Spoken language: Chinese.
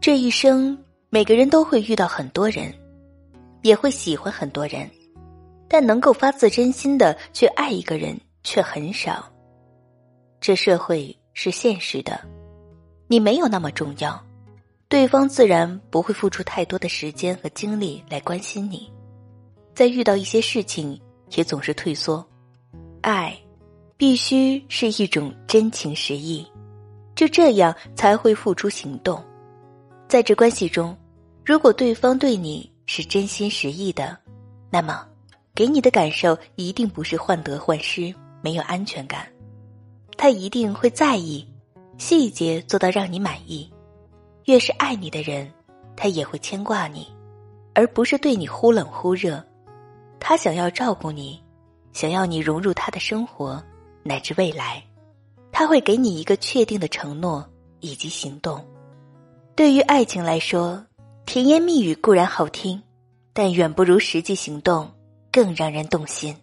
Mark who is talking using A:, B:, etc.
A: 这一生，每个人都会遇到很多人，也会喜欢很多人，但能够发自真心的去爱一个人却很少。这社会是现实的，你没有那么重要，对方自然不会付出太多的时间和精力来关心你。在遇到一些事情，也总是退缩。爱必须是一种真情实意，就这样才会付出行动。在这关系中，如果对方对你是真心实意的，那么给你的感受一定不是患得患失，没有安全感。他一定会在意，细节做到让你满意。越是爱你的人，他也会牵挂你，而不是对你忽冷忽热。他想要照顾你，想要你融入他的生活乃至未来。他会给你一个确定的承诺以及行动。对于爱情来说，甜言蜜语固然好听，但远不如实际行动更让人动心。